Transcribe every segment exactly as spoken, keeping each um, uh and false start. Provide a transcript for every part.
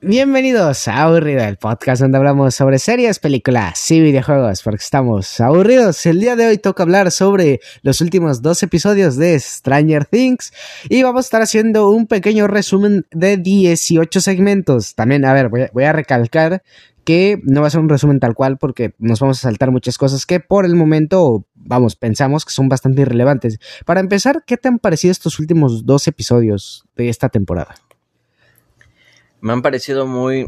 Bienvenidos a Aburrido, el podcast donde hablamos sobre series, películas y videojuegos, porque estamos aburridos. El día de hoy toca hablar sobre los últimos dos episodios de Stranger Things y vamos a estar haciendo un pequeño resumen de dieciocho segmentos. También, a ver, voy a, voy a recalcar que no va a ser un resumen tal cual porque nos vamos a saltar muchas cosas que por el momento, vamos, pensamos que son bastante irrelevantes. Para empezar, ¿qué te han parecido estos últimos dos episodios de esta temporada? Me han parecido muy,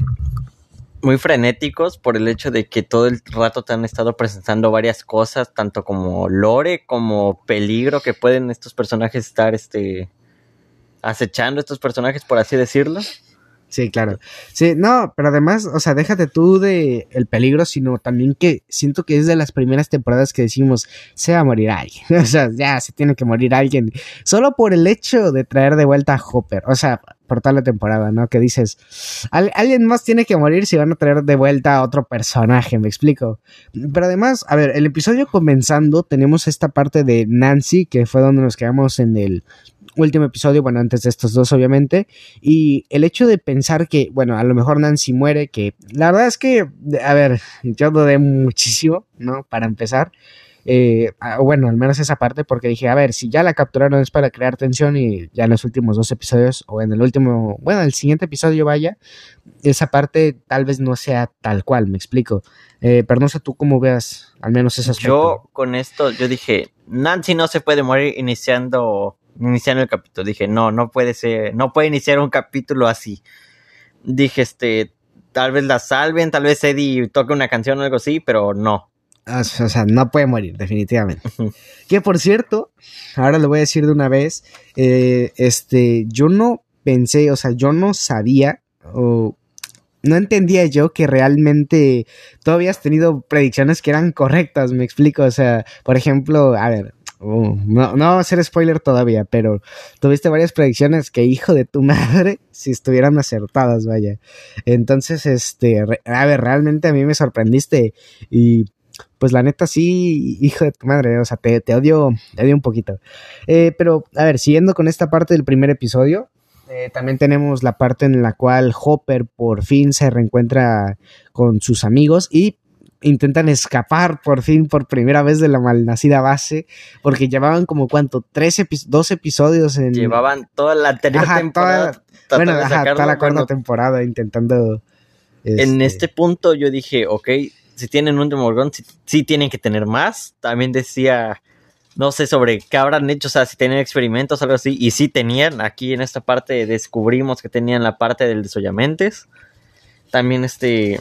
muy frenéticos por el hecho de que todo el rato te han estado presentando varias cosas, tanto como lore, como peligro que pueden estos personajes estar este, acechando, estos personajes, por así decirlo. Sí, claro. Sí, no, pero además, o sea, déjate tú de el peligro, sino también que siento que es de las primeras temporadas que decimos, se va a morir alguien. O sea, ya se tiene que morir alguien. Solo por el hecho de traer de vuelta a Hopper. O sea, por toda la temporada, ¿no? Que dices, Al- alguien más tiene que morir si van a traer de vuelta a otro personaje, ¿me explico? Pero además, a ver, el episodio comenzando, tenemos esta parte de Nancy, que fue donde nos quedamos en el último episodio, bueno, antes de estos dos obviamente, y el hecho de pensar que, bueno, a lo mejor Nancy muere, que la verdad es que, a ver, yo dudé muchísimo, ¿no? Para empezar, eh, bueno, al menos esa parte, porque dije, a ver, si ya la capturaron es para crear tensión y ya en los últimos dos episodios, o en el último, bueno, el siguiente episodio vaya, esa parte tal vez no sea tal cual, me explico, eh, pero no sé tú cómo veas, al menos ese aspecto. Yo con esto, yo dije, Nancy no se puede morir iniciando... iniciando el capítulo, dije, no, no puede ser, no puede iniciar un capítulo así. Dije, este, tal vez la salven, tal vez Eddie toque una canción o algo así, pero no. O sea, no puede morir, definitivamente. Que por cierto, ahora lo voy a decir de una vez, eh, este, yo no pensé, o sea, yo no sabía, o no entendía yo que realmente tú habías tenido predicciones que eran correctas, me explico, o sea, por ejemplo, a ver, Uh, no, no va a ser spoiler todavía, pero tuviste varias predicciones que hijo de tu madre si estuvieran acertadas, vaya. Entonces, este, re, a ver, realmente a mí me sorprendiste y pues la neta sí, hijo de tu madre, o sea, te, te odio, te odio un poquito. Eh, pero, a ver, siguiendo con esta parte del primer episodio, eh, también tenemos la parte en la cual Hopper por fin se reencuentra con sus amigos y intentan escapar por fin por primera vez de la malnacida base, porque llevaban como cuánto, tres epi- dos episodios en... Llevaban toda la anterior ajá, temporada. Toda, bueno, ajá, toda la cuarta bueno, temporada intentando... Este... En este punto yo dije, ok, si tienen un Demogorgon, sí, sí tienen que tener más. También decía, no sé sobre qué habrán hecho, o sea, si tenían experimentos o algo así, y sí tenían. Aquí en esta parte descubrimos que tenían la parte del desollamentes. También este,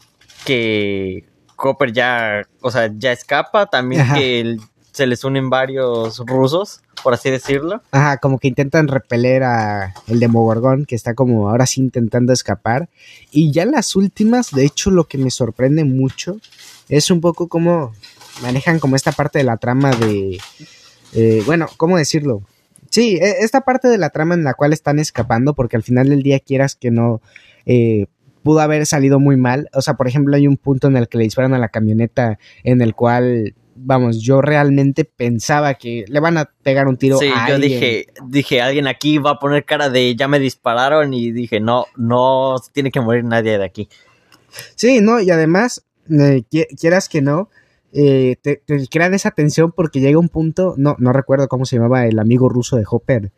que... Hopper ya, o sea, ya escapa, también ajá. Que el, se les unen varios rusos, por así decirlo. Ajá, como que intentan repeler a el Demogorgon, que está como ahora sí intentando escapar. Y ya en las últimas, de hecho, lo que me sorprende mucho es un poco cómo manejan como esta parte de la trama de... Eh, bueno, ¿cómo decirlo? Sí, esta parte de la trama en la cual están escapando, porque al final del día quieras que no... Eh, pudo haber salido muy mal, o sea, por ejemplo, hay un punto en el que le disparan a la camioneta en el cual, vamos, yo realmente pensaba que le van a pegar un tiro sí, a yo alguien. dije, dije, alguien aquí va a poner cara de ya me dispararon y dije, no, no tiene que morir nadie de aquí. Sí, no, y además, eh, quieras que no, eh, te, te crean esa tensión porque llega un punto, no, no recuerdo cómo se llamaba el amigo ruso de Hopper,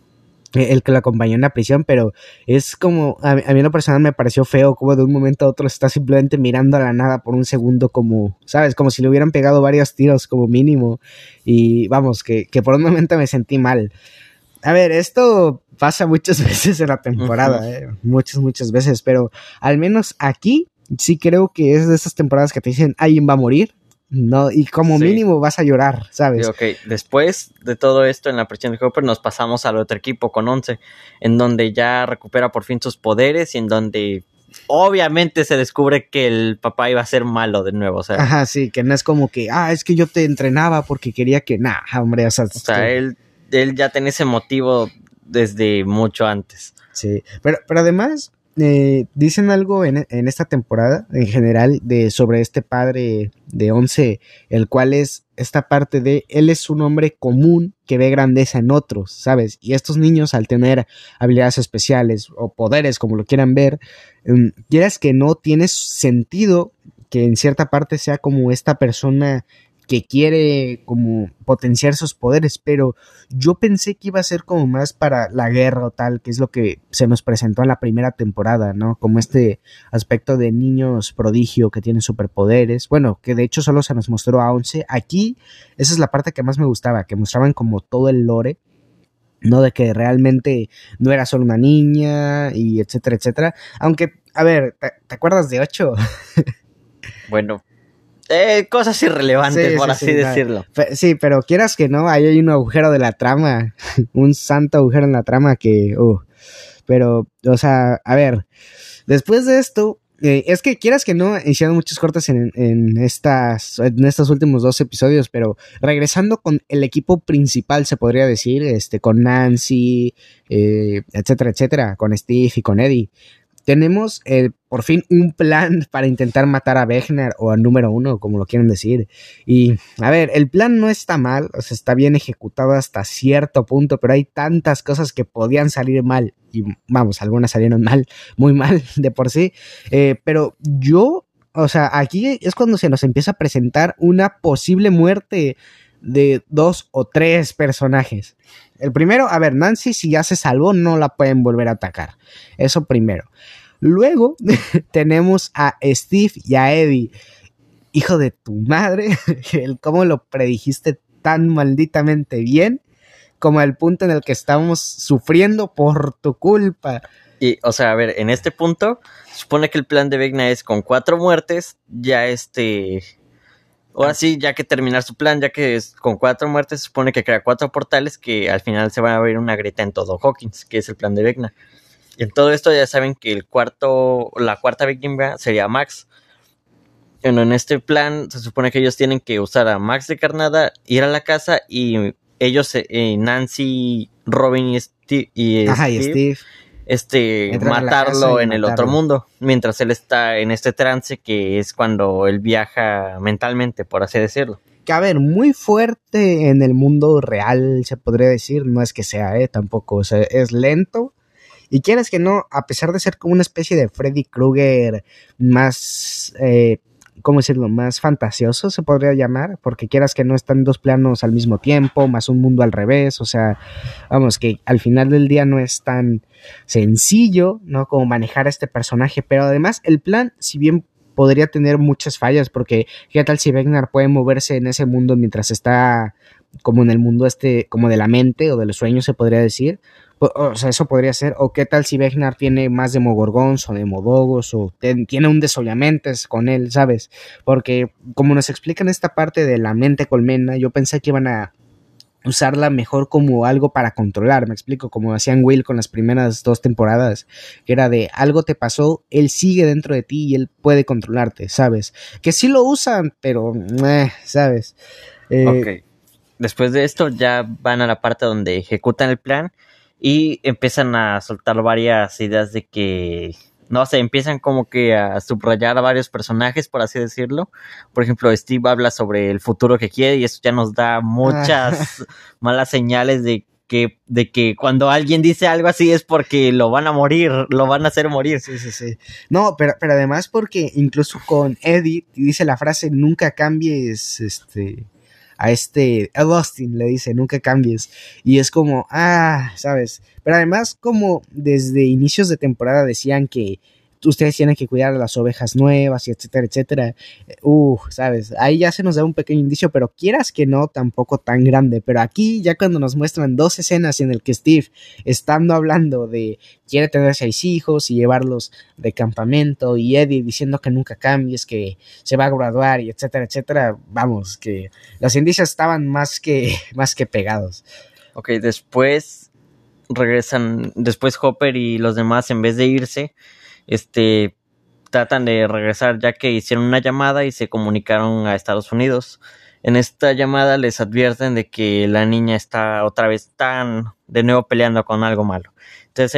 el que lo acompañó en la prisión, pero es como, a, a mí en lo personal me pareció feo como de un momento a otro está simplemente mirando a la nada por un segundo como, ¿sabes? Como si le hubieran pegado varios tiros como mínimo y vamos, que, que por un momento me sentí mal. A ver, esto pasa muchas veces en la temporada, uh-huh. eh, muchas, muchas veces, pero al menos aquí sí creo que es de esas temporadas que te dicen alguien va a morir. No, y como sí. mínimo vas a llorar, ¿sabes? Sí, ok, después de todo esto en la prisión de Hopper nos pasamos al otro equipo con once, en donde ya recupera por fin sus poderes y en donde obviamente se descubre que el papá iba a ser malo de nuevo, o sea. Ajá, sí, que no es como que, ah, es que yo te entrenaba porque quería que, nah, hombre, o sea. O sea, que... él, él ya tenía ese motivo desde mucho antes. Sí, pero, pero además... eh, dicen algo en, en esta temporada, en general, de sobre este padre de once, el cual es esta parte de, él es un hombre común que ve grandeza en otros, ¿sabes? Y estos niños, al tener habilidades especiales o poderes, como lo quieran ver, um, quieras que no, tiene sentido que en cierta parte sea como esta persona que quiere como potenciar sus poderes, pero yo pensé que iba a ser como más para la guerra o tal, que es lo que se nos presentó en la primera temporada, ¿no? Como este aspecto de niños prodigio que tienen superpoderes, bueno, que de hecho solo se nos mostró a once. Aquí esa es la parte que más me gustaba, que mostraban como todo el lore, no de que realmente no era solo una niña y etcétera, etcétera, aunque, a ver, ¿te, te acuerdas de ocho? Bueno, Eh, cosas irrelevantes, Sí, por sí, así sí, decirlo. Pe- Sí, pero quieras que no, ahí hay un agujero de la trama, un santo agujero en la trama que, uh, pero, o sea, a ver, después de esto, eh, es que quieras que no, hicieron muchos cortes en, en estas, en estos últimos dos episodios, pero regresando con el equipo principal, se podría decir, este, con Nancy, eh, etcétera, etcétera, con Steve y con Eddie. Tenemos eh, por fin un plan para intentar matar a Vecna o a número uno, como lo quieren decir. Y, a ver, el plan no está mal, o sea, está bien ejecutado hasta cierto punto, pero hay tantas cosas que podían salir mal. Y, vamos, algunas salieron mal, muy mal de por sí. Eh, pero yo, o sea, aquí es cuando se nos empieza a presentar una posible muerte de dos o tres personajes. El primero, a ver, Nancy, si ya se salvó, no la pueden volver a atacar. Eso primero. Luego tenemos a Steve y a Eddie. Hijo de tu madre, el cómo lo predijiste tan malditamente bien, como el punto en el que estamos sufriendo por tu culpa. Y, o sea, a ver, en este punto, supone que el plan de Vecna es con cuatro muertes, ya este... Ahora sí, ya que terminar su plan, ya que es con cuatro muertes, se supone que crea cuatro portales que al final se van a abrir una grieta en todo Hawkins, que es el plan de Vecna. Y en todo esto ya saben que el cuarto, la cuarta víctima sería Max. Bueno, en este plan se supone que ellos tienen que usar a Max de carnada, ir a la casa y ellos, eh, Nancy, Robin y Steve, y Ajá, Steve, y Steve este, entran a la casa matarlo y en el matarlo. otro mundo, mientras él está en este trance que es cuando él viaja mentalmente, por así decirlo. Que a ver, muy fuerte en el mundo real, se podría decir, no es que sea, eh, tampoco, o sea, es lento. Y quieres que no, a pesar de ser como una especie de Freddy Krueger más, eh, ¿cómo decirlo? Más fantasioso se podría llamar, porque quieras que no, están dos planos al mismo tiempo, más un mundo al revés, o sea, vamos, que al final del día no es tan sencillo, ¿no? Como manejar a este personaje, pero además el plan, si bien podría tener muchas fallas, porque ¿qué tal si Vecna puede moverse en ese mundo mientras está como en el mundo este, como de la mente o de los sueños, se podría decir? O sea, eso podría ser. O qué tal si Vecna tiene más demogorgons o demodogos, o ten, tiene un desollamentes con él, ¿sabes? Porque como nos explican esta parte de la mente colmena, yo pensé que iban a usarla mejor como algo para controlar, me explico, como hacían Will con las primeras dos temporadas, que era de algo te pasó, él sigue dentro de ti y él puede controlarte, ¿sabes? Que sí lo usan, pero, eh, ¿sabes? Eh, Ok. Después de esto ya van a la parte donde ejecutan el plan y empiezan a soltar varias ideas de que, no sé, empiezan como que a subrayar a varios personajes, por así decirlo. Por ejemplo, Steve habla sobre el futuro que quiere y eso ya nos da muchas malas señales de que, de que cuando alguien dice algo así es porque lo van a morir, lo van a hacer morir. Sí, sí, sí. No, pero, pero además porque incluso con Eddie dice la frase nunca cambies, este... a este Ed Austin le dice nunca cambies, y es como ah, sabes, pero además como desde inicios de temporada decían que ustedes tienen que cuidar a las ovejas nuevas y etcétera, etcétera, uh, sabes, ahí ya se nos da un pequeño indicio, pero quieras que no, tampoco tan grande, pero aquí ya cuando nos muestran dos escenas en el que Steve, estando hablando de quiere tener seis hijos y llevarlos de campamento, y Eddie diciendo que nunca cambies, que se va a graduar y etcétera, etcétera, vamos, que los indicios estaban más que, más que pegados. Ok, después regresan, después Hopper y los demás, en vez de irse, este, tratan de regresar ya que hicieron una llamada y se comunicaron a Estados Unidos. En esta llamada les advierten de que la niña está otra vez tan de nuevo peleando con algo malo. Entonces ellos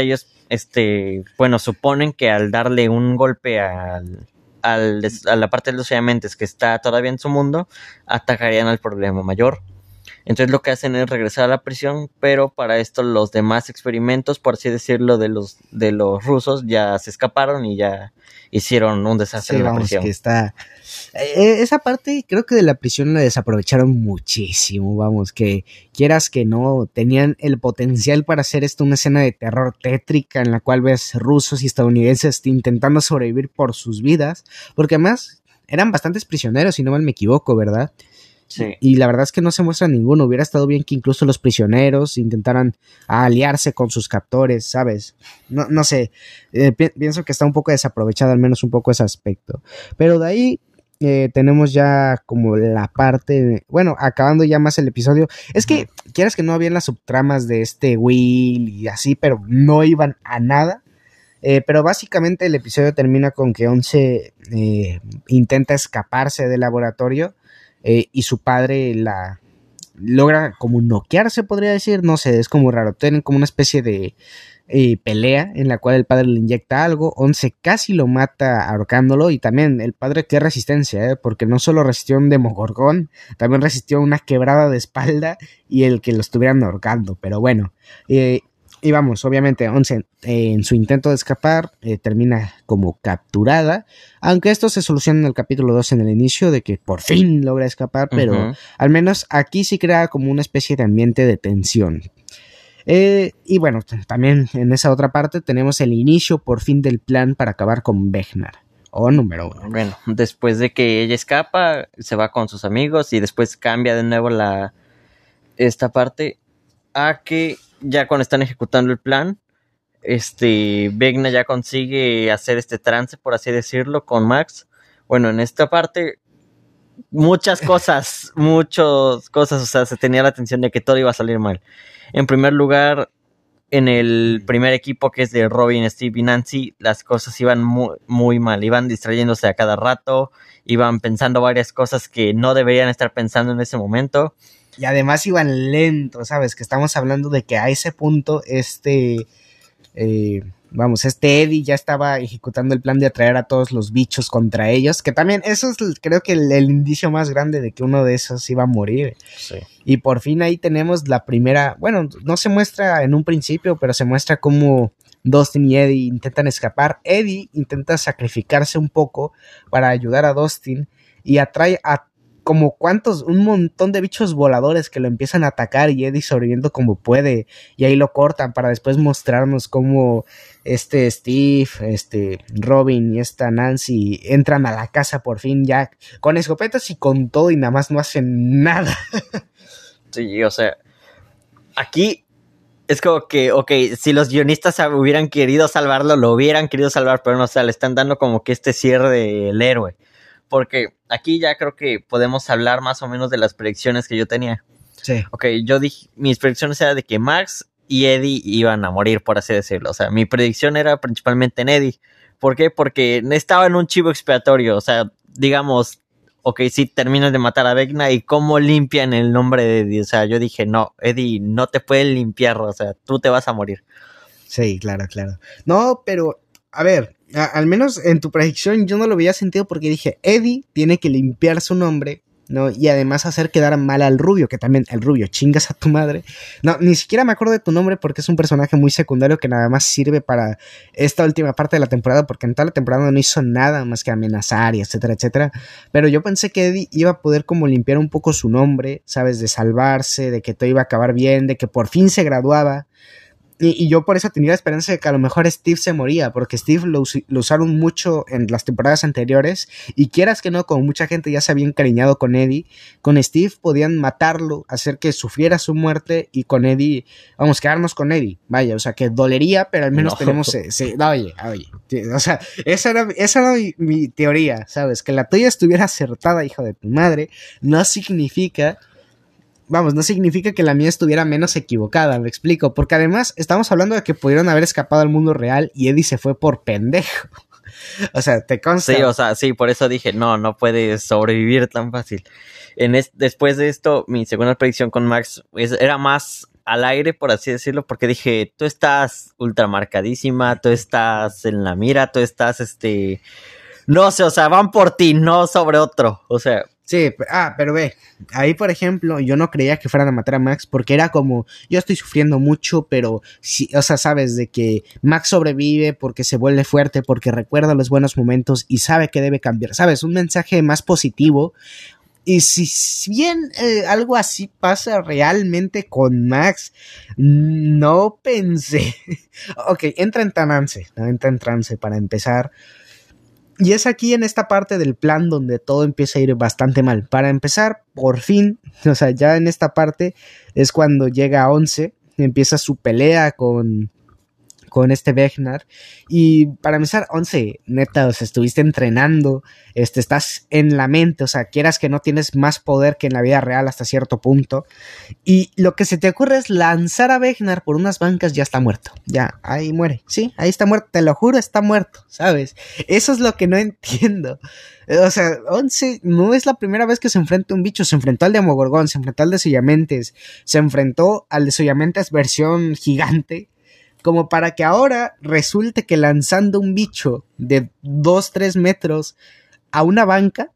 este, bueno, suponen que al darle un golpe al, al a la parte de los filamentes que está todavía en su mundo, atacarían al problema mayor. Entonces lo que hacen es regresar a la prisión, pero para esto los demás experimentos, por así decirlo, de los de los rusos ya se escaparon y ya hicieron un desastre Sí, en la vamos, prisión. que está... Eh, esa parte creo que de la prisión la desaprovecharon muchísimo, vamos, que quieras que no, tenían el potencial para hacer esto una escena de terror tétrica en la cual ves rusos y estadounidenses intentando sobrevivir por sus vidas, porque además eran bastantes prisioneros, si no mal me equivoco, ¿verdad? Sí. Y la verdad es que no se muestra ninguno. Hubiera estado bien que incluso los prisioneros intentaran aliarse con sus captores, ¿sabes? No, no sé, eh, pi- pienso que está un poco desaprovechado, al menos un poco ese aspecto. Pero de ahí eh, tenemos ya como la parte, de- bueno, acabando ya más el episodio. Es que, Ujú. quieras que no, habían las subtramas de este Will y así, pero no iban a nada. Eh, pero básicamente el episodio termina con que Once eh, intenta escaparse del laboratorio eh, y su padre la logra como noquearse, podría decir, no sé, es como raro, tienen como una especie de eh, pelea en la cual el padre le inyecta algo, Once casi lo mata ahorcándolo y también el padre qué resistencia, ¿eh? Porque no solo resistió un demogorgón, también resistió una quebrada de espalda y el que lo estuvieran ahorcando, pero bueno, eh, y vamos, obviamente Once eh, en su intento de escapar eh, termina como capturada, aunque esto se soluciona en el capítulo dos en el inicio de que por fin logra escapar, pero Ujú. al menos aquí sí crea como una especie de ambiente de tensión. Eh, y bueno, t- también en esa otra parte tenemos el inicio por fin del plan para acabar con Vecna, o número uno. Bueno, después de que ella escapa, se va con sus amigos y después cambia de nuevo la esta parte a que ya cuando están ejecutando el plan, este Vecna ya consigue hacer este trance, por así decirlo, con Max. Bueno, en esta parte muchas cosas, muchas cosas, o sea, se tenía la tensión de que todo iba a salir mal. En primer lugar, en el primer equipo que es de Robin, Steve y Nancy, las cosas iban muy, muy mal, iban distrayéndose a cada rato, iban pensando varias cosas que no deberían estar pensando en ese momento. Y además iban lentos, ¿sabes? Que estamos hablando de que a ese punto este... Eh, vamos, este Eddie ya estaba ejecutando el plan de atraer a todos los bichos contra ellos, que también eso es creo que el, el indicio más grande de que uno de esos iba a morir. Sí. Y por fin ahí tenemos la primera, bueno, no se muestra en un principio, pero se muestra cómo Dustin y Eddie intentan escapar. Eddie intenta sacrificarse un poco para ayudar a Dustin y atrae a como cuantos, un montón de bichos voladores que lo empiezan a atacar y Eddie sobreviviendo como puede y ahí lo cortan para después mostrarnos cómo este Steve, este Robin y esta Nancy entran a la casa por fin ya con escopetas y con todo y nada más no hacen nada. Sí, o sea, aquí es como que, ok, si los guionistas hubieran querido salvarlo, lo hubieran querido salvar, pero no, o sea, le están dando como que este cierre del héroe. Porque aquí ya creo que podemos hablar más o menos de las predicciones que yo tenía. Sí. Ok, yo dije, mis predicciones eran de que Max y Eddie iban a morir, por así decirlo. O sea, mi predicción era principalmente en Eddie. ¿Por qué? Porque estaba en un chivo expiatorio. O sea, digamos, ok, sí terminan de matar a Vecna y cómo limpian el nombre de Eddie. O sea, yo dije, no, Eddie, no te pueden limpiar. O sea, tú te vas a morir. Sí, claro, claro. No, pero, a ver, a, al menos en tu predicción yo no lo había sentido porque dije, Eddie tiene que limpiar su nombre, ¿no? Y además hacer quedar mal al rubio, que también el rubio, chingas a tu madre. No, ni siquiera me acuerdo de tu nombre porque es un personaje muy secundario que nada más sirve para esta última parte de la temporada, porque en toda la temporada no hizo nada más que amenazar y etcétera, etcétera. Pero yo pensé que Eddie iba a poder como limpiar un poco su nombre, ¿sabes? De salvarse, de que todo iba a acabar bien, de que por fin se graduaba. Y, y yo por eso tenía la esperanza de que a lo mejor Steve se moría, porque Steve lo, lo usaron mucho en las temporadas anteriores, y quieras que no, como mucha gente ya se había encariñado con Eddie, con Steve podían matarlo, hacer que sufriera su muerte, y con Eddie, vamos, quedarnos con Eddie, vaya, o sea, que dolería, pero al menos no. tenemos, eh, sí, no, oye, oye, o sea, esa era, esa era mi, mi teoría, ¿sabes? Que la tuya estuviera acertada, hijo de tu madre, no significa... Vamos, no significa que la mía estuviera menos equivocada, me explico, porque además estamos hablando de que pudieron haber escapado al mundo real y Eddie se fue por pendejo. O sea, te consta. Sí, o sea, sí, por eso dije, no, no puedes sobrevivir tan fácil. En es, después de esto, mi segunda predicción con Max es, era más al aire, por así decirlo, porque dije, tú estás ultra marcadísima, tú estás en la mira, tú estás, este, no sé, o sea, van por ti, no sobre otro, o sea. Sí, ah, pero ve, ahí por ejemplo, yo no creía que fueran a matar a Max porque era como, yo estoy sufriendo mucho, pero sí, o sea, sabes, de que Max sobrevive porque se vuelve fuerte, porque recuerda los buenos momentos y sabe que debe cambiar, sabes, un mensaje más positivo. Y si, si bien eh, algo así pasa realmente con Max, no pensé. Ok, entra en trance, ¿no? Entra en trance para empezar. Y es aquí en esta parte del plan donde todo empieza a ir bastante mal. Para empezar, por fin, o sea, ya en esta parte es cuando llega a Once, empieza su pelea con... con este Vecna, y para empezar, Once, neta, o sea, estuviste entrenando, este, estás en la mente, o sea, quieras que no, tienes más poder que en la vida real hasta cierto punto, y lo que se te ocurre es lanzar a Vecna por unas bancas, ya está muerto, ya, ahí muere, sí, ahí está muerto, te lo juro, está muerto, ¿sabes? Eso es lo que no entiendo. O sea, Once no es la primera vez que se enfrenta a un bicho, se enfrentó al Demogorgón, se enfrentó al Desollamentes, se enfrentó al Desollamentes versión gigante, como para que ahora resulte que lanzando un bicho de dos, tres metros a una banca,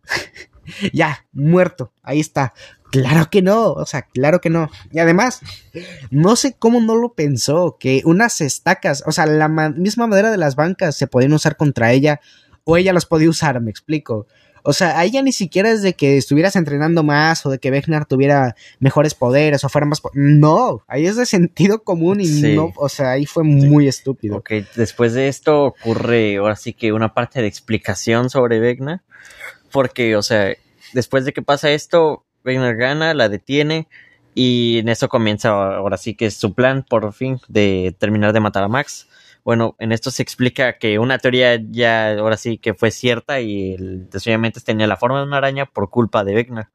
ya, muerto, ahí está. Claro que no, o sea, claro que no. Y además, no sé cómo no lo pensó, que unas estacas, o sea, la ma- misma madera de las bancas se podían usar contra ella, o ella las podía usar, me explico. O sea, ahí ya ni siquiera es de que estuvieras entrenando más o de que Vecna tuviera mejores poderes o fuera más... Po- no, ahí es de sentido común y Sí. no, o sea, ahí fue muy estúpido. Ok, después de esto ocurre ahora sí que una parte de explicación sobre Vecna, porque, o sea, después de que pasa esto, Vecna gana, la detiene, y en eso comienza ahora sí que es su plan, por fin, de terminar de matar a Max. Bueno, en esto se explica que una teoría ya ahora sí que fue cierta y el Desollamentes tenía la forma de una araña por culpa de Vecna.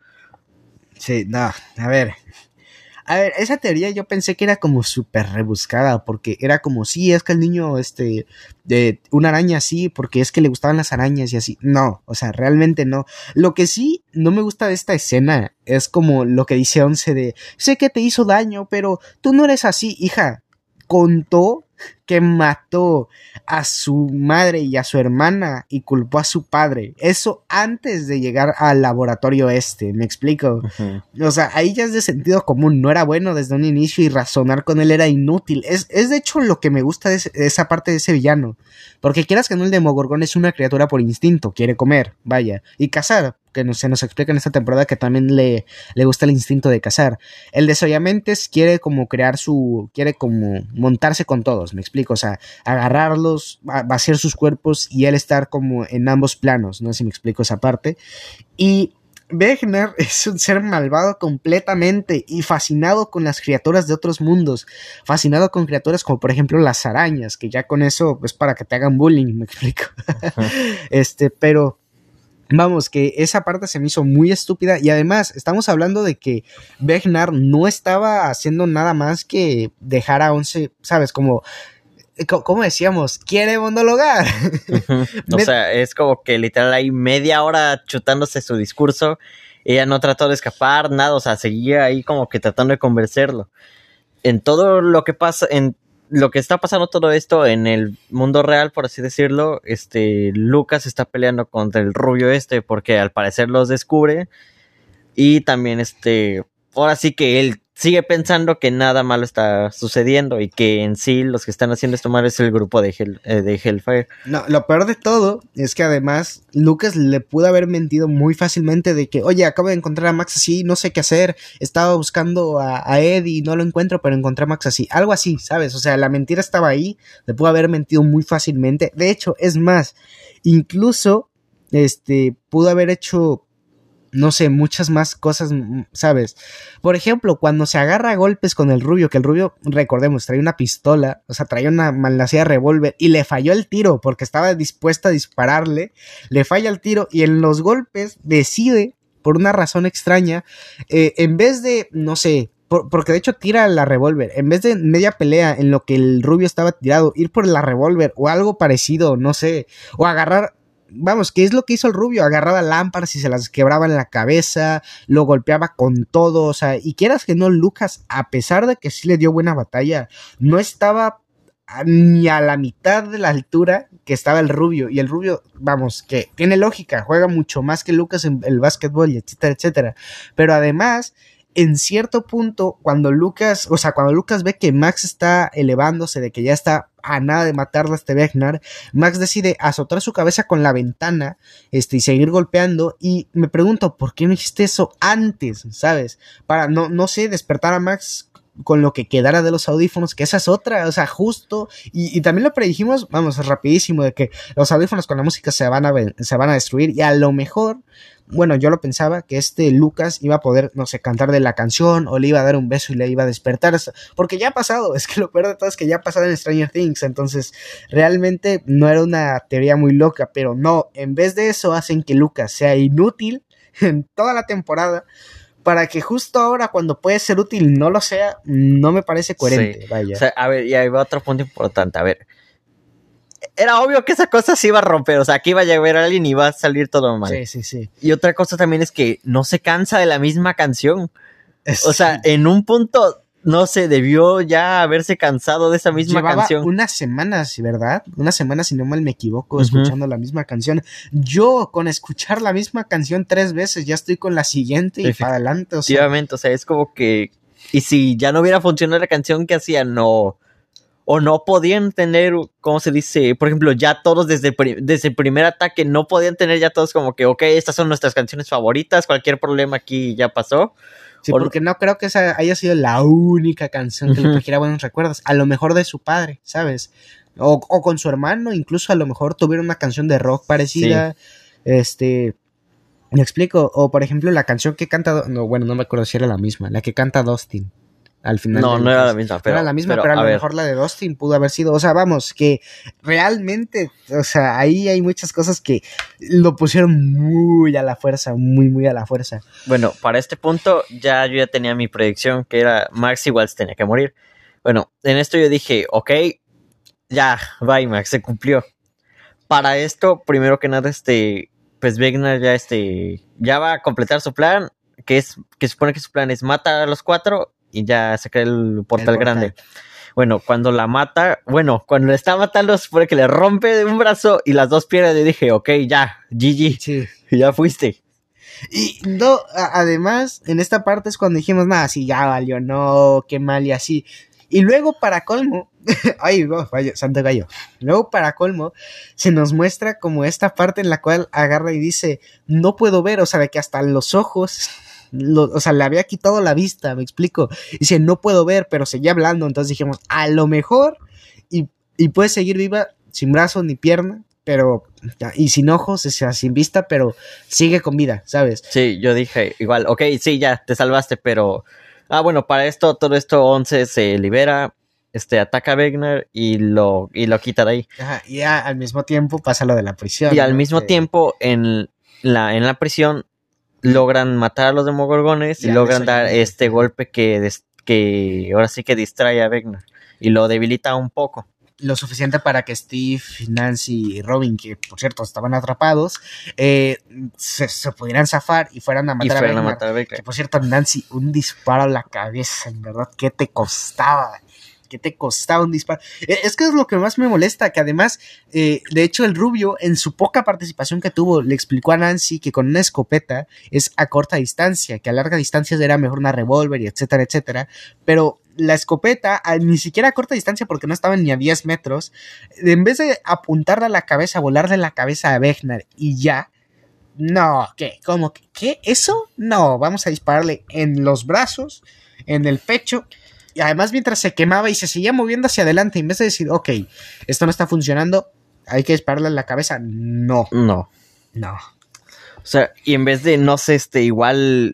Sí, no, a ver... A ver, esa teoría yo pensé que era como súper rebuscada, porque era como, sí, es que el niño, este, de una araña así, porque es que le gustaban las arañas y así. No, o sea, realmente no. Lo que sí no me gusta de esta escena es como lo que dice Once de, sé que te hizo daño, pero tú no eres así, hija. Contó que mató a su madre y a su hermana y culpó a su padre. Eso antes de llegar al laboratorio este, ¿me explico? Uh-huh. O sea, ahí ya es de sentido común, no era bueno desde un inicio y razonar con él era inútil. Es, es de hecho lo que me gusta de, ese, de esa parte de ese villano. Porque quieras que no, el Demogorgón es una criatura por instinto, quiere comer, vaya, y cazar, que no, se nos explica en esta temporada que también le, le gusta el instinto de cazar. El Desollamentes quiere como crear su, quiere como montarse con todos, me explico, o sea, agarrarlos, vaciar sus cuerpos y él estar como en ambos planos, no sé si me explico esa parte. Y Vecna es un ser malvado completamente y fascinado con las criaturas de otros mundos, fascinado con criaturas como por ejemplo las arañas, que ya con eso es para que te hagan bullying, me explico. Uh-huh. Este, pero vamos, que esa parte se me hizo muy estúpida y además estamos hablando de que Vecna no estaba haciendo nada más que dejar a Once, ¿sabes? Como... como decíamos, quiere monologar. Uh-huh. O sea, es como que literal hay media hora chutándose su discurso. Ella no trató de escapar, nada, o sea, seguía ahí como que tratando de convencerlo. En todo lo que pasa, en lo que está pasando todo esto en el mundo real, por así decirlo, este, Lucas está peleando contra el rubio este porque al parecer los descubre. Y también este, ahora sí que él sigue pensando que nada malo está sucediendo y que en sí los que están haciendo esto mal es el grupo de, Hell, eh, de Hellfire. No, lo peor de todo es que además Lucas le pudo haber mentido muy fácilmente de que, oye, acabo de encontrar a Max así, no sé qué hacer, estaba buscando a, a Ed y no lo encuentro, pero encontré a Max así, algo así, ¿sabes? O sea, la mentira estaba ahí, le pudo haber mentido muy fácilmente. De hecho, es más, incluso, este, pudo haber hecho... no sé, muchas más cosas, ¿sabes? Por ejemplo, cuando se agarra a golpes con el rubio, que el rubio, recordemos, traía una pistola, o sea, traía una malnacida revólver y le falló el tiro porque estaba dispuesta a dispararle, le falla el tiro y en los golpes decide, por una razón extraña, eh, en vez de, no sé, por, porque de hecho tira la revólver, en vez de media pelea en lo que el rubio estaba tirado, ir por la revólver o algo parecido, no sé, o agarrar vamos, ¿qué es lo que hizo el Rubio? Agarraba lámparas y se las quebraba en la cabeza, lo golpeaba con todo, o sea, y quieras que no, Lucas, a pesar de que sí le dio buena batalla, no estaba ni a la mitad de la altura que estaba el Rubio, y el Rubio, vamos, que tiene lógica, juega mucho más que Lucas en el básquetbol, y etcétera, etcétera, pero además, en cierto punto, cuando Lucas, o sea, cuando Lucas ve que Max está elevándose, de que ya está a nada de matarlo a este Vecna, Max decide azotar su cabeza con la ventana, este, y seguir golpeando, y me pregunto, ¿por qué no hiciste eso antes? ¿Sabes? Para, no, no sé, despertar a Max con lo que quedara de los audífonos, que esa es otra, o sea, justo, y, y también lo predijimos, vamos, rapidísimo, de que los audífonos con la música se van a, se van a destruir, y a lo mejor, bueno, yo lo pensaba, que este Lucas iba a poder, no sé, cantar de la canción, o le iba a dar un beso y le iba a despertar, porque ya ha pasado, es que lo peor de todo es que ya ha pasado en Stranger Things, entonces, realmente no era una teoría muy loca, pero no, en vez de eso, hacen que Lucas sea inútil en toda la temporada, para que justo ahora, cuando puede ser útil, no lo sea, no me parece coherente, sí. vaya. O sea, a ver, y ahí va otro punto importante, a ver, era obvio que esa cosa se iba a romper, o sea, que iba a llegar alguien y iba a salir todo mal. Sí, sí, sí. Y otra cosa también es que no se cansa de la misma canción. Es, o sea, en un punto, no sé, debió ya haberse cansado de esa misma llevaba canción. unas semanas, ¿verdad? Unas semanas, si no mal me equivoco, uh-huh. escuchando la misma canción. Yo, con escuchar la misma canción tres veces, ya estoy con la siguiente y para adelante. O sea. Efectivamente, o sea, es como que... Y si ya no hubiera funcionado la canción que hacían, no... O no podían tener, ¿cómo se dice? Por ejemplo, ya todos desde, desde el primer ataque no podían tener ya todos como que, ok, estas son nuestras canciones favoritas, cualquier problema aquí ya pasó. Sí, o porque no creo que esa haya sido la única canción que uh-huh. le trajera buenos recuerdos. A lo mejor de su padre, ¿sabes? O, o con su hermano, incluso a lo mejor tuvieron una canción de rock parecida. Sí. Este... ¿Me explico? O por ejemplo la canción que canta... No, bueno, no me acuerdo si era la misma. La que canta Dustin. Al final no, no era la misma, pero, no era la misma, pero, pero a, a lo ver. mejor la de Dustin pudo haber sido, o sea, vamos, que realmente, o sea, ahí hay muchas cosas que lo pusieron muy a la fuerza, muy, muy a la fuerza. Bueno, para este punto ya yo ya tenía mi predicción, que era Max igual se tenía que morir. Bueno, en esto yo dije, ok, ya, bye Max, se cumplió. Para esto, primero que nada, este, pues Vecna ya, este, ya va a completar su plan, que es, que supone que su plan es matar a los cuatro y ya sacar el portal, el portal grande. Bueno, cuando la mata, bueno, cuando le está matando, supone que le rompe un brazo y las dos piernas. Yo dije, ok, ya, G G, sí. Ya fuiste. Y no, a- además, en esta parte es cuando dijimos, nada, sí, ya valió, no, qué mal y así. Y luego, para colmo, ay, oh, vaya, santo gallo. Luego, para colmo, se nos muestra como esta parte en la cual agarra y dice, no puedo ver, o sea, de que hasta los ojos... Lo, o sea, le había quitado la vista, me explico. Dice, no puedo ver, pero seguía hablando. Entonces dijimos, a lo mejor, y, y puede seguir viva, sin brazo ni pierna, pero, y sin ojos, o sea, sin vista, pero sigue con vida, ¿sabes? Sí, yo dije, igual, ok, sí, ya, te salvaste, pero, ah, bueno, para esto, todo esto, Once se libera, este, ataca a Vecna y lo, y lo quita de ahí. Ajá, y ya, al mismo tiempo pasa lo de la prisión. Y ¿no? al mismo que... tiempo, en la, en la prisión, logran matar a los Demogorgones y, y logran dar este que... golpe que, des, que ahora sí que distrae a Vecna y lo debilita un poco. Lo suficiente para que Steve, Nancy y Robin, que por cierto estaban atrapados, eh, se, se pudieran zafar y fueran a matar, fueran a, a matar a Vecna. Que por cierto, Nancy, un disparo a la cabeza, en verdad, ¿qué te costaba? ¿Qué te costaba un disparo? Es que es lo que más me molesta, que además, eh, de hecho el Rubio, en su poca participación que tuvo, le explicó a Nancy que con una escopeta es a corta distancia, que a larga distancia era mejor una revólver y etcétera, etcétera, pero la escopeta, a, ni siquiera a corta distancia porque no estaban ni a diez metros, en vez de apuntarle a la cabeza, volarle la cabeza a Vecna y ya, no, ¿qué? ¿Cómo? ¿Qué? ¿Eso? No, vamos a dispararle en los brazos, en el pecho. Y además mientras se quemaba y se seguía moviendo hacia adelante, en vez de decir, ok, esto no está funcionando, hay que dispararle en la cabeza, no. No. No. O sea, y en vez de, no sé, este, igual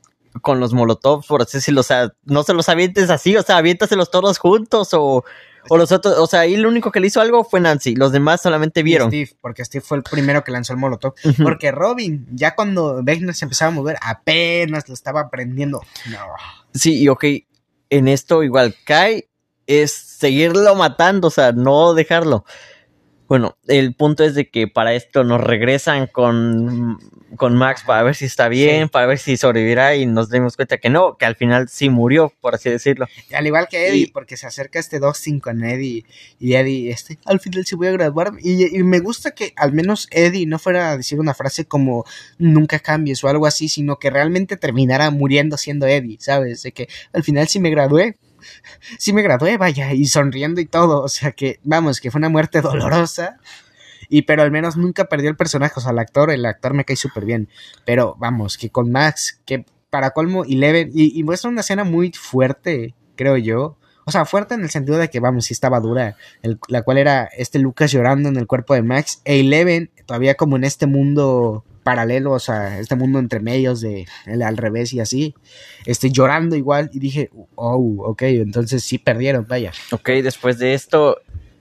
con los molotov, por así decirlo, o sea, no se los avientes así, o sea, aviéntaselos todos juntos o, o los otros, o sea, ahí lo único que le hizo algo fue Nancy, los demás solamente vieron. Y Steve, porque Steve fue el primero que lanzó el molotov, uh-huh. Porque Robin, ya cuando Vecna se empezaba a mover, apenas lo estaba aprendiendo. No. Sí, y ok, en esto igual cae es seguirlo matando, o sea, no dejarlo. Bueno, el punto es de que para esto nos regresan con, con Max para ver si está bien, sí. para ver si sobrevivirá y nos dimos cuenta que no, que al final sí murió, por así decirlo. Y al igual que Eddie, y, porque se acerca este Dustin con Eddie y Eddie, este, al final sí voy a graduar. Y, y me gusta que al menos Eddie no fuera a decir una frase como nunca cambies o algo así, sino que realmente terminara muriendo siendo Eddie, ¿sabes? De que al final sí me gradué. Sí me gradué, vaya, y sonriendo y todo, o sea que, vamos, que fue una muerte dolorosa, y pero al menos nunca perdió el personaje, o sea, el actor, el actor me cae súper bien, pero vamos, que con Max, que para colmo, Eleven, y, y muestra una escena muy fuerte, creo yo, o sea, fuerte en el sentido de que, vamos, sí estaba dura, el, la cual era este Lucas llorando en el cuerpo de Max, e Eleven todavía como en este mundo paralelo, o sea, este mundo entre medios de el, al revés y así, este, llorando igual, y dije, oh, ok, entonces sí perdieron, vaya. Ok, después de esto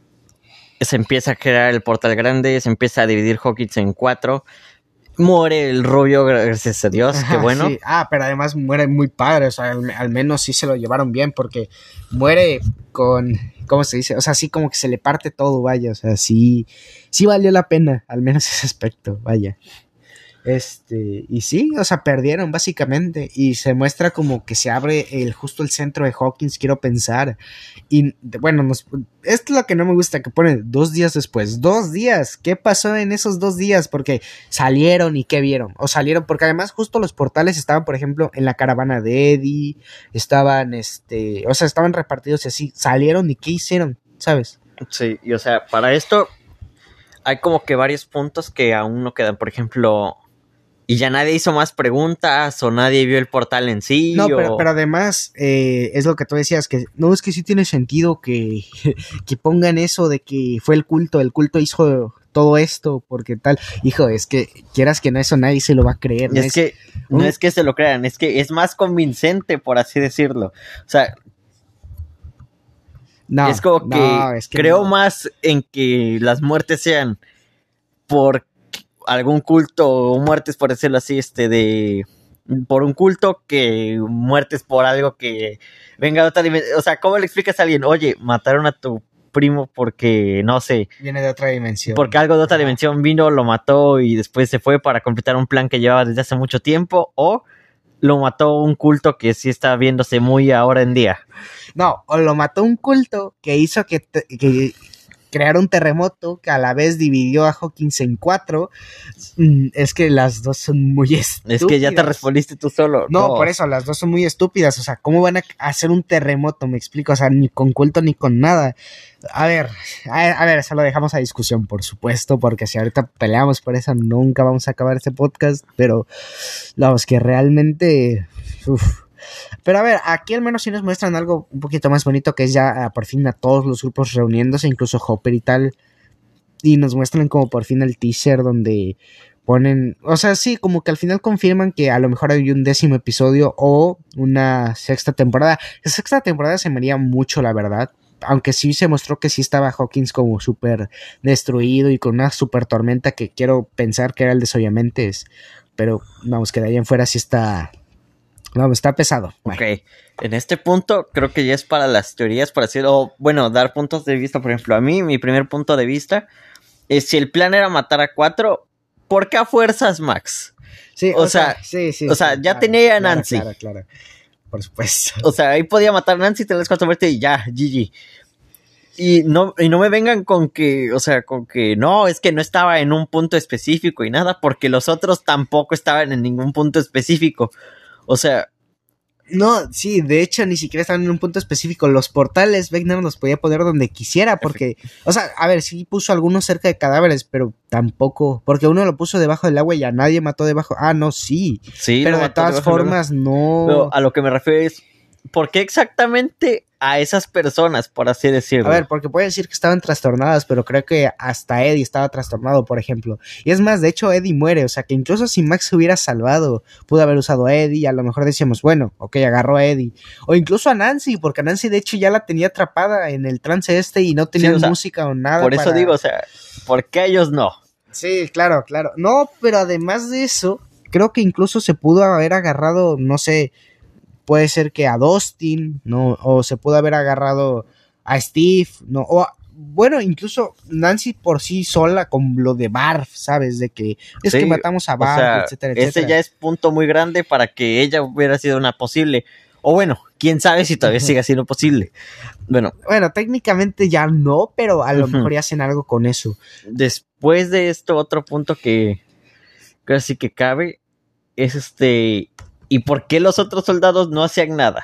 se empieza a crear el portal grande, se empieza a dividir Hawkins en cuatro, muere el rubio, gracias a Dios, Ajá, qué bueno. Sí. Ah, pero además muere muy padre, o sea, al, al menos sí se lo llevaron bien, porque muere con, ¿cómo se dice? O sea, sí como que se le parte todo, vaya, o sea, sí, sí valió la pena, al menos ese aspecto, vaya. Este, y sí, o sea, perdieron básicamente, y se muestra como que se abre el justo el centro de Hawkins, quiero pensar, y bueno, nos, esto es lo que no me gusta, que ponen dos días después, dos días, ¿qué pasó en esos dos días? Porque salieron y ¿qué vieron? O salieron, porque además justo los portales estaban, por ejemplo, en la caravana de Eddie, estaban, este, o sea, estaban repartidos y así, salieron y ¿qué hicieron? ¿Sabes? Sí, y o sea, para esto hay como que varios puntos que aún no quedan, por ejemplo... Y ya nadie hizo más preguntas o nadie vio el portal en sí. No, o... pero, pero además eh, es lo que tú decías, que no, es que sí tiene sentido que, que pongan eso de que fue el culto, el culto hizo todo esto, porque tal, hijo, es que quieras que no, eso nadie se lo va a creer. No es, es que un... no es que se lo crean, es que es más convincente, por así decirlo. O sea, no, es como que, no, es que creo no. más en que las muertes sean por algún culto o muertes, por decirlo así, este, de por un culto, que muertes por algo que venga de otra dimensión. O sea, ¿cómo le explicas a alguien? Oye, mataron a tu primo porque, no sé, viene de otra dimensión. Porque algo de otra Ajá. dimensión vino, lo mató y después se fue para completar un plan que llevaba desde hace mucho tiempo, o lo mató un culto que sí está viéndose muy ahora en día. No, o lo mató un culto que hizo que... Te, que crear un terremoto que a la vez dividió a Hawkins en cuatro. Es que las dos son muy estúpidas. Es que ya te respondiste tú solo. No, no, por eso, las dos son muy estúpidas. O sea, ¿cómo van a hacer un terremoto? Me explico, o sea, ni con culto ni con nada. A ver, a, a ver, eso lo dejamos a discusión, por supuesto, porque si ahorita peleamos por eso, nunca vamos a acabar este podcast, pero vamos, que realmente... Uf. Pero a ver, aquí al menos sí nos muestran algo un poquito más bonito, que es ya uh, por fin a todos los grupos reuniéndose, incluso Hopper y tal, y nos muestran como por fin el teaser donde ponen, o sea, sí, como que al final confirman que a lo mejor hay un décimo episodio o una sexta temporada. La sexta temporada se me haría mucho, la verdad, aunque sí se mostró que sí estaba Hawkins como súper destruido y con una súper tormenta que quiero pensar que era el desollamentes, pero vamos, que de ahí en fuera sí está... Vamos, está pesado. Ok, en este punto creo que ya es para las teorías, para decir, o bueno, dar puntos de vista. Por ejemplo, a mí, mi primer punto de vista es si el plan era matar a cuatro, ¿por qué a fuerzas, Max? Sí, o, o sea, sea, sí, sí, o sea sí, ya claro, tenía a claro, Nancy. Claro, claro, por supuesto. O sea, ahí podía matar a Nancy, tener las cuatro muertes y ya, G G. Y no, y no me vengan con que, o sea, con que no, es que no estaba en un punto específico y nada, porque los otros tampoco estaban en ningún punto específico. O sea... No, sí, de hecho ni siquiera estaban en un punto específico. Los portales, Vecna los podía poner donde quisiera, porque, o sea, a ver, sí puso algunos cerca de cadáveres, pero tampoco, porque uno lo puso debajo del agua y a nadie mató debajo. Ah, no, sí, sí, pero de todas formas no. Pero a lo que me refiero es, ¿por qué exactamente a esas personas, por así decirlo? A ver, porque puede decir que estaban trastornadas, pero creo que hasta Eddie estaba trastornado, por ejemplo. Y es más, de hecho, Eddie muere, o sea, que incluso si Max se hubiera salvado, pudo haber usado a Eddie, y a lo mejor decíamos, bueno, ok, agarró a Eddie. O incluso a Nancy, porque a Nancy, de hecho, ya la tenía atrapada en el trance este y no tenía sí, o sea, música o nada. Por eso para... digo, o sea, ¿por qué ellos no? Sí, claro, claro. No, pero además de eso, creo que incluso se pudo haber agarrado, no sé... Puede ser que a Dustin, ¿no? O se pudo haber agarrado a Steve, ¿no? O, bueno, incluso Nancy por sí sola con lo de Barf, ¿sabes? De que es Sí, que matamos a o Barf, sea, etcétera, ese etcétera. ya es punto muy grande para que ella hubiera sido una posible. O bueno, quién sabe si todavía sigue siendo posible. Bueno, Bueno, técnicamente ya no, pero a lo ujú. mejor ya hacen algo con eso. Después de esto, otro punto que creo sí que cabe es este. ¿Y por qué los otros soldados no hacían nada?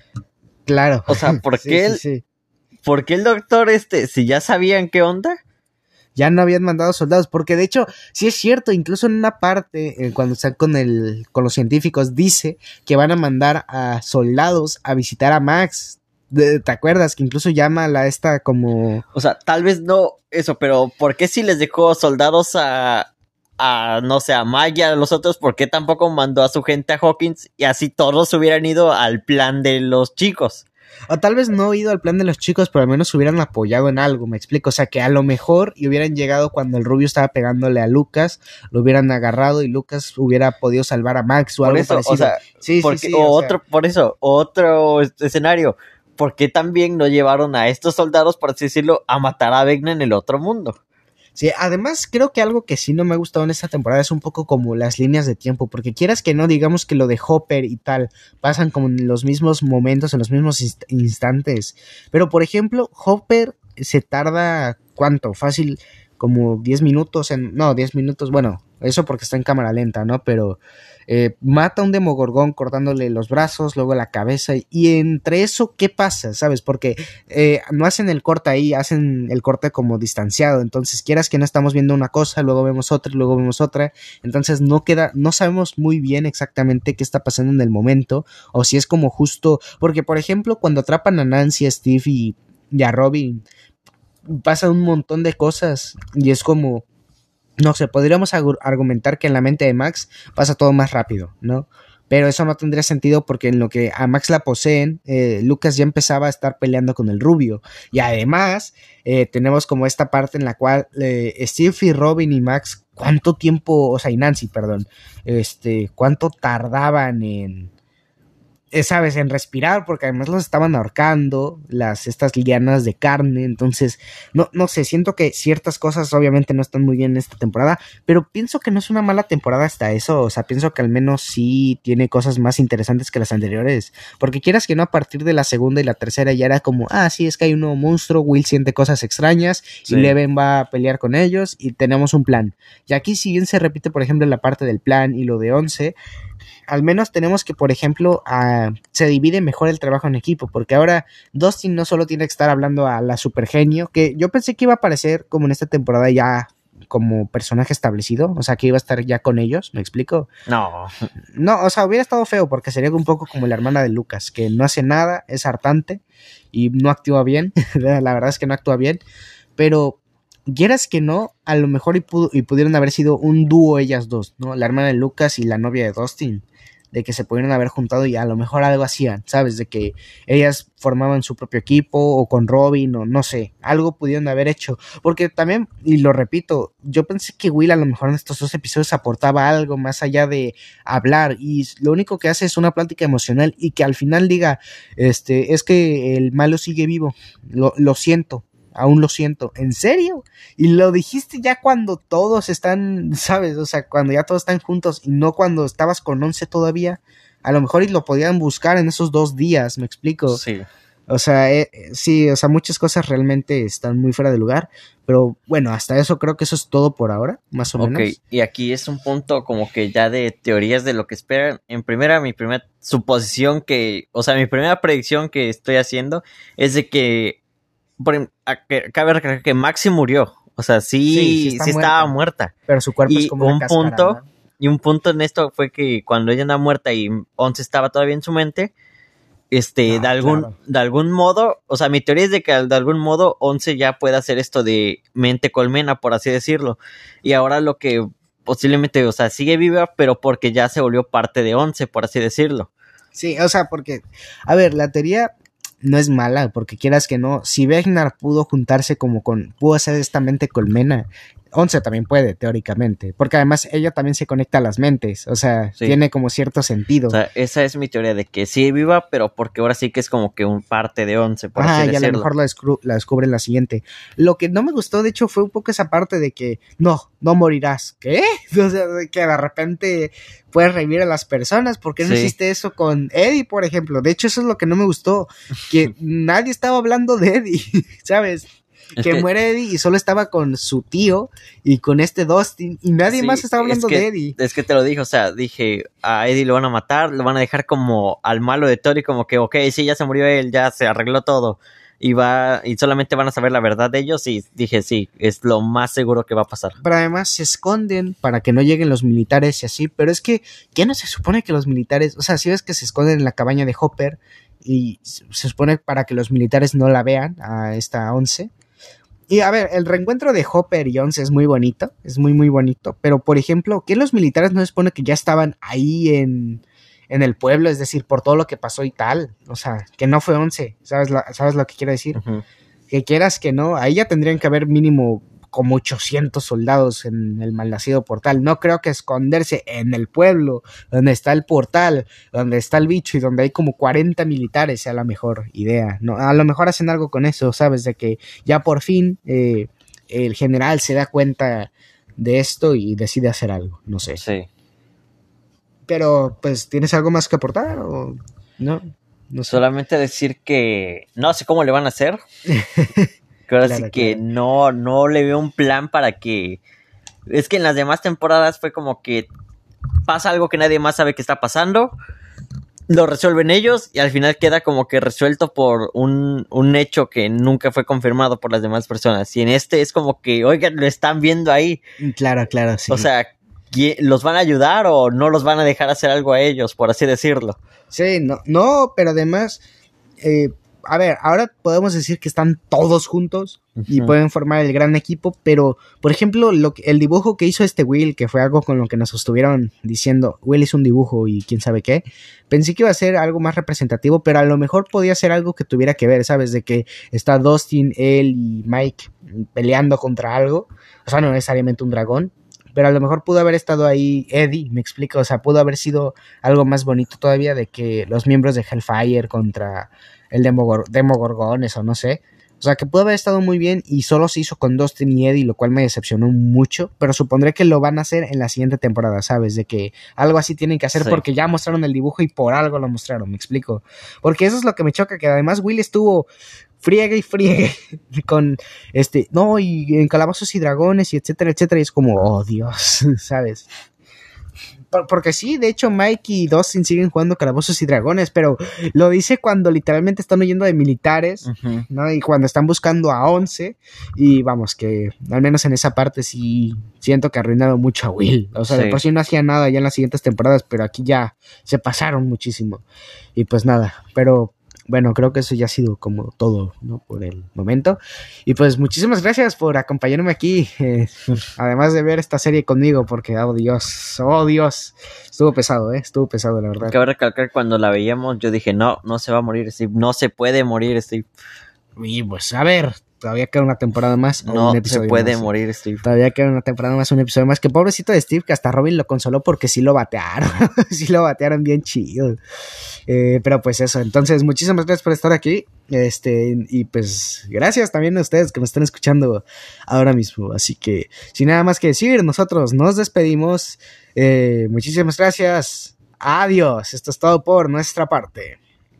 Claro. O sea, ¿por Sí, qué sí, el, sí. por qué el doctor este, si ya sabían qué onda? Ya no habían mandado soldados, porque de hecho, sí es cierto, incluso en una parte, eh, cuando están con el, con los científicos, dice que van a mandar a soldados a visitar a Max. De- ¿Te acuerdas? Que incluso llama a la esta como... O sea, tal vez no eso, pero ¿por qué si les dejó soldados a, a no sé, a Maya, a los otros? ¿Por qué tampoco mandó a su gente a Hawkins y así todos hubieran ido al plan de los chicos? O tal vez no he ido al plan de los chicos, pero al menos hubieran apoyado en algo, me explico. O sea, que a lo mejor y hubieran llegado cuando el rubio estaba pegándole a Lucas, lo hubieran agarrado y Lucas hubiera podido salvar a Max o Por algo eso, parecido. o sea, sí, porque, sí, sí, o o otro, sea, por eso, otro escenario. ¿Por qué también no llevaron a estos soldados, por así decirlo, a matar a Vecna en el otro mundo? sí, además creo que algo que sí no me ha gustado en esta temporada es un poco como las líneas de tiempo, porque quieras que no, digamos que lo de Hopper y tal pasan como en los mismos momentos, en los mismos inst- instantes, pero por ejemplo, Hopper se tarda, ¿cuánto? Fácil, como diez minutos, en, no, diez minutos, bueno, eso porque está en cámara lenta, ¿no? Pero eh, mata a un Demogorgón cortándole los brazos, luego la cabeza, y entre eso, ¿qué pasa? ¿Sabes? Porque eh, no hacen el corte ahí, hacen el corte como distanciado, entonces quieras que no estamos viendo una cosa, luego vemos otra, luego vemos otra, entonces no queda, no sabemos muy bien exactamente qué está pasando en el momento, o si es como justo, porque por ejemplo cuando atrapan a Nancy, a Steve y, y a Robin, pasa un montón de cosas, y es como, no sé, podríamos argumentar que en la mente de Max pasa todo más rápido, ¿no? Pero eso no tendría sentido porque en lo que a Max la poseen, eh, Lucas ya empezaba a estar peleando con el rubio. Y además, eh, tenemos como esta parte en la cual eh, Steve y Robin y Max, ¿cuánto tiempo, o sea, y Nancy, perdón, este, cuánto tardaban en... Eh, sabes, en respirar, porque además los estaban ahorcando, las, estas lianas de carne, entonces, no, no sé, siento que ciertas cosas obviamente no están muy bien en esta temporada, pero pienso que no es una mala temporada hasta eso, o sea, pienso que al menos sí tiene cosas más interesantes que las anteriores, porque quieras que no, a partir de la segunda y la tercera ya era como, ah, sí, es que hay un nuevo monstruo, Will siente cosas extrañas, sí. Y Leven va a pelear con ellos, y tenemos un plan, y aquí si bien se repite, por ejemplo, la parte del plan y lo de once, al menos tenemos que, por ejemplo, uh, se divide mejor el trabajo en equipo, porque ahora Dustin no solo tiene que estar hablando a la supergenio, que yo pensé que iba a aparecer como en esta temporada ya como personaje establecido, o sea, que iba a estar ya con ellos, ¿me explico? No. No, o sea, hubiera estado feo porque sería un poco como la hermana de Lucas, que no hace nada, es hartante y no actúa bien, la verdad es que no actúa bien, pero... quieras que no, a lo mejor y, pudo, y pudieron haber sido un dúo ellas dos, ¿no? La hermana de Lucas y la novia de Dustin, de que se pudieron haber juntado y a lo mejor algo hacían, ¿sabes? De que ellas formaban su propio equipo o con Robin o no sé, algo pudieron haber hecho, porque también, y lo repito, yo pensé que Will a lo mejor en estos dos episodios aportaba algo más allá de hablar y lo único que hace es una plática emocional y que al final diga, este, es que el malo sigue vivo, lo, lo siento. Aún lo siento, ¿en serio? Y lo dijiste ya cuando todos están, ¿sabes? O sea, cuando ya todos están juntos y no cuando estabas con once todavía. A lo mejor y lo podían buscar en esos dos días, ¿me explico? Sí. O sea, eh, sí, o sea, muchas cosas realmente están muy fuera de lugar, pero bueno, hasta eso creo que eso es todo por ahora, más o Ok, menos. Ok, y aquí es un punto como que ya de teorías de lo que esperan. En primera, mi primera suposición que, o sea, mi primera predicción que estoy haciendo es de que Por, a, que, cabe recalcar que Maxi murió, o sea, sí, sí, sí, está sí estaba muerta, pero su cuerpo y es como un una cáscara, punto, ¿no? y un punto en esto fue que cuando ella anda muerta y Once estaba todavía en su mente, este, ah, de algún, claro. de algún modo, o sea, mi teoría es de que de algún modo Once ya puede hacer esto de mente colmena, por así decirlo, y ahora lo que posiblemente, o sea, sigue viva, pero porque ya se volvió parte de Once, por así decirlo. Sí, o sea, porque, a ver, la teoría no es mala, porque quieras que no, si Vecna pudo juntarse como con, pudo hacer esta mente colmena, once también puede, teóricamente, porque además ella también se conecta a las mentes, o sea, sí. Tiene como cierto sentido. O sea, esa es mi teoría de que sí viva, pero porque ahora sí que es como que un parte de once, por ah, así y decirlo. a lo mejor la, descru- la descubre en la siguiente. Lo que no me gustó, de hecho, fue un poco esa parte de que, no, no morirás. ¿Qué? O sea, de que de repente puedes revivir a las personas. ¿Por qué no sí. hiciste eso con Eddie, por ejemplo? De hecho, eso es lo que no me gustó, que nadie estaba hablando de Eddie, ¿sabes? Que, que muere Eddie y solo estaba con su tío y con este Dustin y nadie sí, más estaba hablando es que, de Eddie. Es que te lo dije, o sea, dije, a Eddie lo van a matar, lo van a dejar como al malo de Tori, como que, ok, sí, ya se murió él, ya se arregló todo y va y solamente van a saber la verdad de ellos y dije, sí, es lo más seguro que va a pasar. Pero además se esconden para que no lleguen los militares y así, pero es que ya no se supone que los militares, o sea, si ves que se esconden en la cabaña de Hopper y se supone para que los militares no la vean a esta once. Y a ver, el reencuentro de Hopper y Once es muy bonito, es muy muy bonito, pero por ejemplo, ¿qué los militares no se supone que ya estaban ahí en, en el pueblo? Es decir, por todo lo que pasó y tal, o sea, que no fue Once, ¿sabes lo, ¿sabes lo que quiero decir? Uh-huh. Que quieras que no, ahí ya tendrían que haber mínimo como ochocientos soldados en el malnacido portal. No creo que esconderse en el pueblo donde está el portal, donde está el bicho y donde hay como cuarenta militares sea la mejor idea. No, a lo mejor hacen algo con eso, ¿sabes? De que ya por fin eh, el general se da cuenta de esto y decide hacer algo, no sé. Sí. Pero, pues, ¿tienes algo más que aportar o no? No sé. Solamente decir que no sé cómo le van a hacer. Que ahora claro, sí que claro. no, no le veo un plan para que... Es que en las demás temporadas fue como que pasa algo que nadie más sabe que está pasando, lo resuelven ellos y al final queda como que resuelto por un, un hecho que nunca fue confirmado por las demás personas. Y en este es como que, oigan, lo están viendo ahí. Claro, claro, sí. O sea, ¿los van a ayudar o no los van a dejar hacer algo a ellos, por así decirlo? Sí, no, no, pero además... Eh, a ver, ahora podemos decir que están todos juntos uh-huh. y pueden formar el gran equipo, pero, por ejemplo, lo que, el dibujo que hizo este Will, que fue algo con lo que nos estuvieron diciendo, Will hizo un dibujo y quién sabe qué, pensé que iba a ser algo más representativo, pero a lo mejor podía ser algo que tuviera que ver, ¿sabes? De que está Dustin, él y Mike peleando contra algo, o sea, no necesariamente un dragón, pero a lo mejor pudo haber estado ahí Eddie, me explico, o sea, pudo haber sido algo más bonito todavía de que los miembros de Hellfire contra el Demogor- Demogorgones o no sé, o sea, que pudo haber estado muy bien y solo se hizo con Dustin y Eddie, lo cual me decepcionó mucho, pero supondré que lo van a hacer en la siguiente temporada, ¿sabes? De que algo así tienen que hacer sí. porque ya mostraron el dibujo y por algo lo mostraron, me explico, porque eso es lo que me choca, que además Will estuvo friegue y friegue con este, no, y en Calabozos y Dragones y etcétera, etcétera, y es como, oh Dios, ¿sabes? Por, porque sí, de hecho Mike y Dustin siguen jugando Calabozos y Dragones, pero lo dice cuando literalmente están huyendo de militares, uh-huh. ¿no? Y cuando están buscando a Once, y vamos, que al menos en esa parte sí siento que arruinaron mucho a Will, o sea, sí. de por sí no hacía nada ya en las siguientes temporadas, pero aquí ya se pasaron muchísimo, y pues nada, pero... Bueno, creo que eso ya ha sido como todo, ¿no? Por el momento. Y pues muchísimas gracias por acompañarme aquí. Eh, además de ver esta serie conmigo, porque, oh Dios, oh Dios. Estuvo pesado, ¿eh? Estuvo pesado, la verdad. Cabe recalcar, cuando la veíamos, yo dije, no, no se va a morir Steve. No se puede morir Steve. Y pues, a ver, todavía queda una temporada más. No un episodio se puede más. morir Steve. Todavía queda una temporada más, un episodio más. Que pobrecito de Steve, que hasta Robin lo consoló porque sí lo batearon. sí lo batearon bien chido. Eh, pero pues eso, entonces muchísimas gracias por estar aquí, este, y pues gracias también a ustedes que nos están escuchando ahora mismo, así que sin nada más que decir, nosotros nos despedimos, eh, muchísimas gracias, adiós, esto es todo por nuestra parte.